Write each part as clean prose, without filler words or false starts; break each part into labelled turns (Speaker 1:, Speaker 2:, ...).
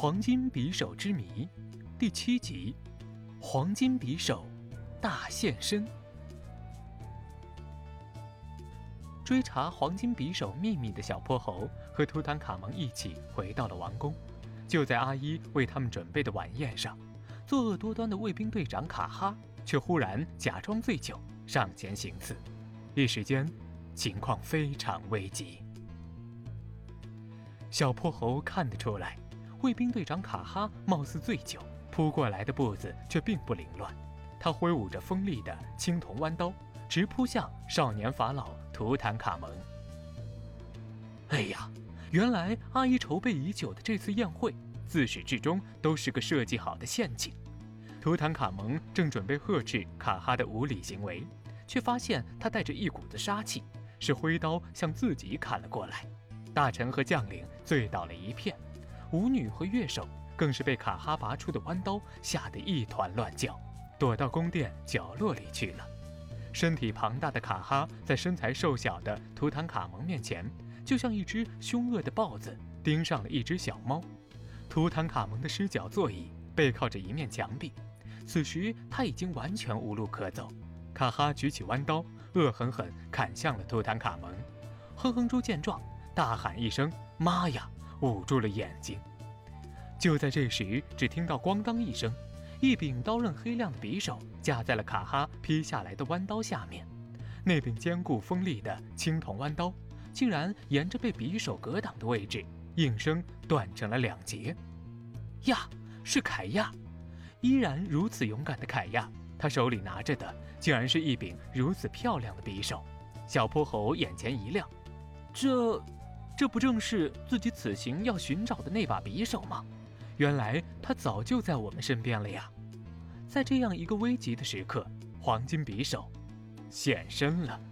Speaker 1: 黄金匕首之谜第7集，黄金匕首大现身。追查黄金匕首秘密的小泼猴和图坦卡蒙一起回到了王宫。就在阿依为他们准备的晚宴上，作恶多端的卫兵队长卡哈却忽然假装醉酒上前行刺，一时间情况非常危急。小泼猴看得出来，卫兵队长卡哈貌似醉酒，扑过来的步子却并不凌乱。他挥舞着锋利的青铜弯刀，直扑向少年法老图坦卡蒙。哎呀，原来阿依筹备已久的这次宴会，自始至终都是个设计好的陷阱。图坦卡蒙正准备呵斥卡哈的无理行为，却发现他带着一股子杀气，是挥刀向自己砍了过来。大臣和将领醉倒了一片，舞女和乐手更是被卡哈拔出的弯刀吓得一团乱叫，躲到宫殿角落里去了。身体庞大的卡哈在身材瘦小的图坦卡蒙面前，就像一只凶恶的豹子盯上了一只小猫。图坦卡蒙的狮角座椅背靠着一面墙壁，此时他已经完全无路可走。卡哈举起弯刀，恶狠狠砍向了图坦卡蒙。哼哼猪见状，大喊一声“妈呀”，捂住了眼睛。就在这时，只听到咣当一声，一柄刀刃黑亮的匕首架在了卡哈劈下来的弯刀下面。那柄坚固锋利的青铜弯刀竟然沿着被匕首格挡的位置应声断成了2截。呀，是凯亚！依然如此勇敢的凯亚，他手里拿着的竟然是一柄如此漂亮的匕首。小泼猴眼前一亮，这不正是自己此行要寻找的那把匕首吗？原来他早就在我们身边了呀！在这样一个危急的时刻，黄金匕首现身了。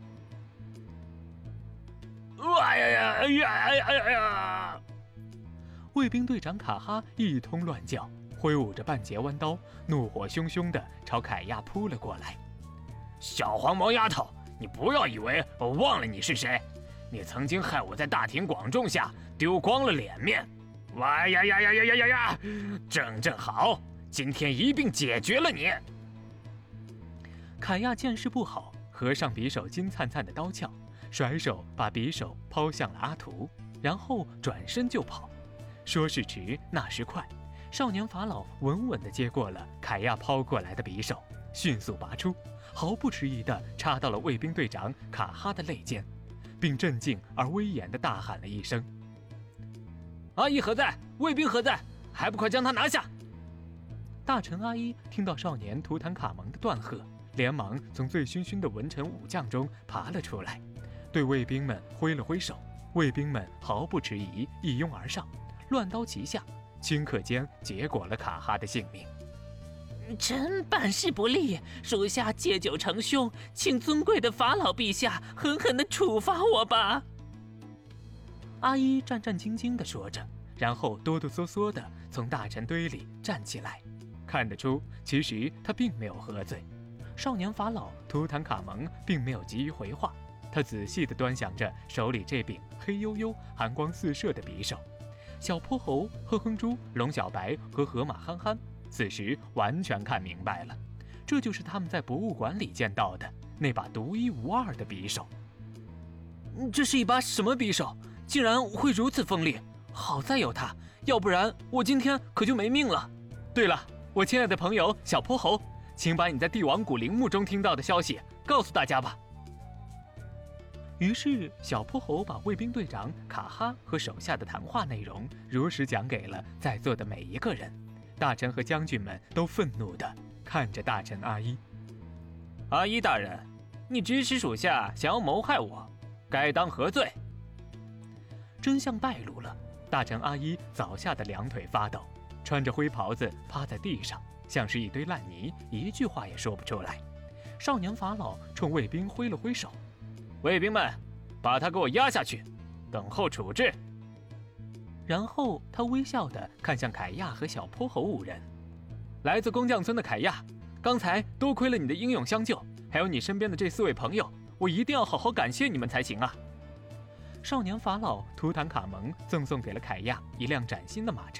Speaker 2: 哎呀哎呀哎呀哎呀！
Speaker 1: 卫兵队长卡哈一通乱叫，挥舞着半截弯刀，怒火汹汹地朝凯亚扑了过来。
Speaker 2: 小黄毛丫头，你不要以为我忘了你是谁！你曾经害我在大庭广众下丢光了脸面，哇呀呀呀呀呀呀呀！正好，今天一并解决了你！
Speaker 1: 凯亚见势不好，合上匕首金灿灿的刀鞘，甩手把匕首抛向了阿图，然后转身就跑。说时迟，那时快，少年法老稳稳地接过了凯亚抛过来的匕首，迅速拔出，毫不迟疑地插到了卫兵队长卡哈的肋间，并镇静而威严地大喊了一声：“
Speaker 2: 阿依何在？卫兵何在？还不快将他拿下！”
Speaker 1: 大臣阿依听到少年图坦卡蒙的断喝，连忙从醉醺醺的文臣武将中爬了出来，对卫兵们挥了挥手。卫兵们毫不迟疑，一拥而上，乱刀齐下，顷刻间结果了卡哈的性命。
Speaker 3: 臣办事不力，属下借酒成凶，请尊贵的法老陛下狠狠地处罚我吧。
Speaker 1: 阿依战战兢兢地说着，然后哆哆嗦嗦地从大臣堆里站起来。看得出，其实他并没有喝醉。少年法老图坦卡蒙并没有急于回话，他仔细地端详着手里这柄黑黝黝、寒光四射的匕首。小泼猴、哼哼猪、龙小白和河马憨憨此时完全看明白了，这就是他们在博物馆里见到的那把独一无二的匕首。
Speaker 3: 这是一把什么匕首？竟然会如此锋利！好在有它，要不然我今天可就没命了。
Speaker 1: 对了，我亲爱的朋友小泼猴，请把你在帝王谷陵墓中听到的消息告诉大家吧。于是小泼猴把卫兵队长卡哈和手下的谈话内容如实讲给了在座的每一个人。大臣和将军们都愤怒地看着大臣阿依。
Speaker 2: 阿依大人，你指使属下想要谋害我，该当何罪？
Speaker 1: 真相败露了，大臣阿依早吓得两腿发抖，穿着灰袍子趴在地上，像是一堆烂泥，一句话也说不出来。少年法老冲卫兵挥了挥手，
Speaker 2: 卫兵们，把他给我押下去，等候处置。
Speaker 1: 然后他微笑地看向凯亚和小泼猴5人。来自工匠村的凯亚，刚才多亏了你的英勇相救，还有你身边的这4位朋友，我一定要好好感谢你们才行啊。少年法老图坦卡蒙赠送给了凯亚一辆崭新的马车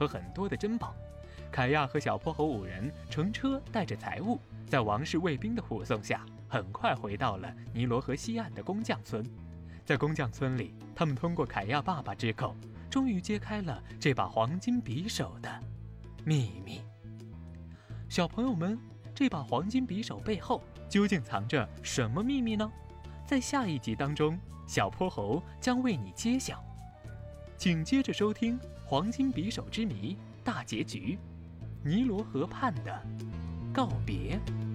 Speaker 1: 和很多的珍宝。凯亚和小泼猴5人乘车带着财物，在王室卫兵的护送下，很快回到了尼罗河西岸的工匠村。在工匠村里，他们通过凯亚爸爸之口，终于揭开了这把黄金匕首的秘密。小朋友们，这把黄金匕首背后究竟藏着什么秘密呢？在下一集当中，小泼猴将为你揭晓。请接着收听《黄金匕首之谜》大结局——尼罗河畔的告别。